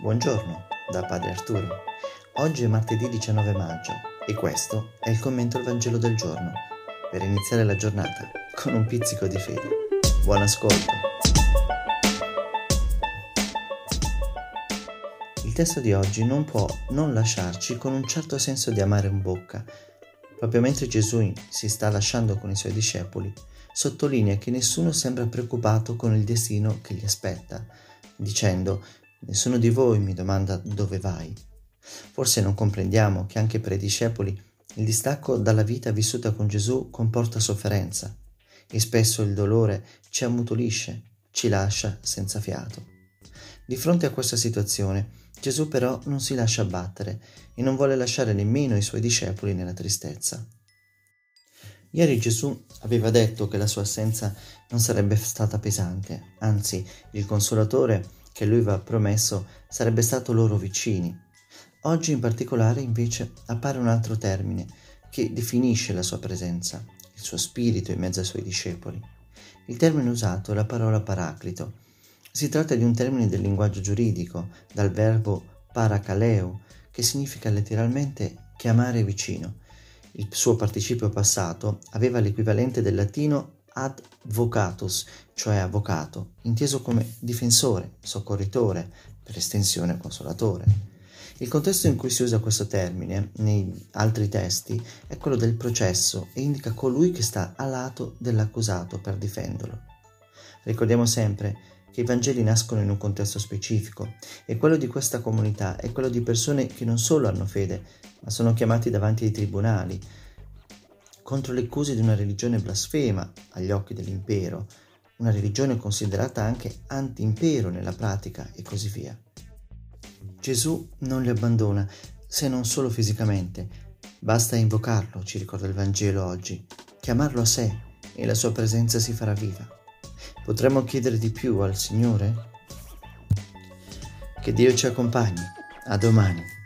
Buongiorno da Padre Arturo. Oggi è martedì 19 maggio e questo è il commento al Vangelo del giorno per iniziare la giornata con un pizzico di fede. Buon ascolto. Il testo di oggi non può non lasciarci con un certo senso di amare in bocca. Proprio mentre Gesù si sta lasciando con i suoi discepoli, sottolinea che nessuno sembra preoccupato con il destino che gli aspetta, dicendo: nessuno di voi mi domanda dove vai. Forse non comprendiamo che anche per i discepoli il distacco dalla vita vissuta con Gesù comporta sofferenza e spesso il dolore ci ammutolisce, ci lascia senza fiato. Di fronte a questa situazione, Gesù però non si lascia abbattere e non vuole lasciare nemmeno i suoi discepoli nella tristezza. Ieri Gesù aveva detto che la sua assenza non sarebbe stata pesante, anzi, il Consolatore che lui aveva promesso sarebbe stato loro vicini. Oggi in particolare invece appare un altro termine che definisce la sua presenza, il suo spirito in mezzo ai suoi discepoli. Il termine usato è la parola paraclito. Si tratta di un termine del linguaggio giuridico, dal verbo parakaleo, che significa letteralmente chiamare vicino. Il suo participio passato aveva l'equivalente del latino advocatus, cioè avvocato, inteso come difensore, soccorritore, per estensione consolatore. Il contesto in cui si usa questo termine, nei altri testi, è quello del processo e indica colui che sta a lato dell'accusato per difenderlo. Ricordiamo sempre che i Vangeli nascono in un contesto specifico e quello di questa comunità è quello di persone che non solo hanno fede, ma sono chiamati davanti ai tribunali contro le accuse di una religione blasfema agli occhi dell'impero, una religione considerata anche anti-impero nella pratica e così via. Gesù non li abbandona, se non solo fisicamente. Basta invocarlo, ci ricorda il Vangelo oggi, chiamarlo a sé e la sua presenza si farà viva. Potremmo chiedere di più al Signore? Che Dio ci accompagni. A domani.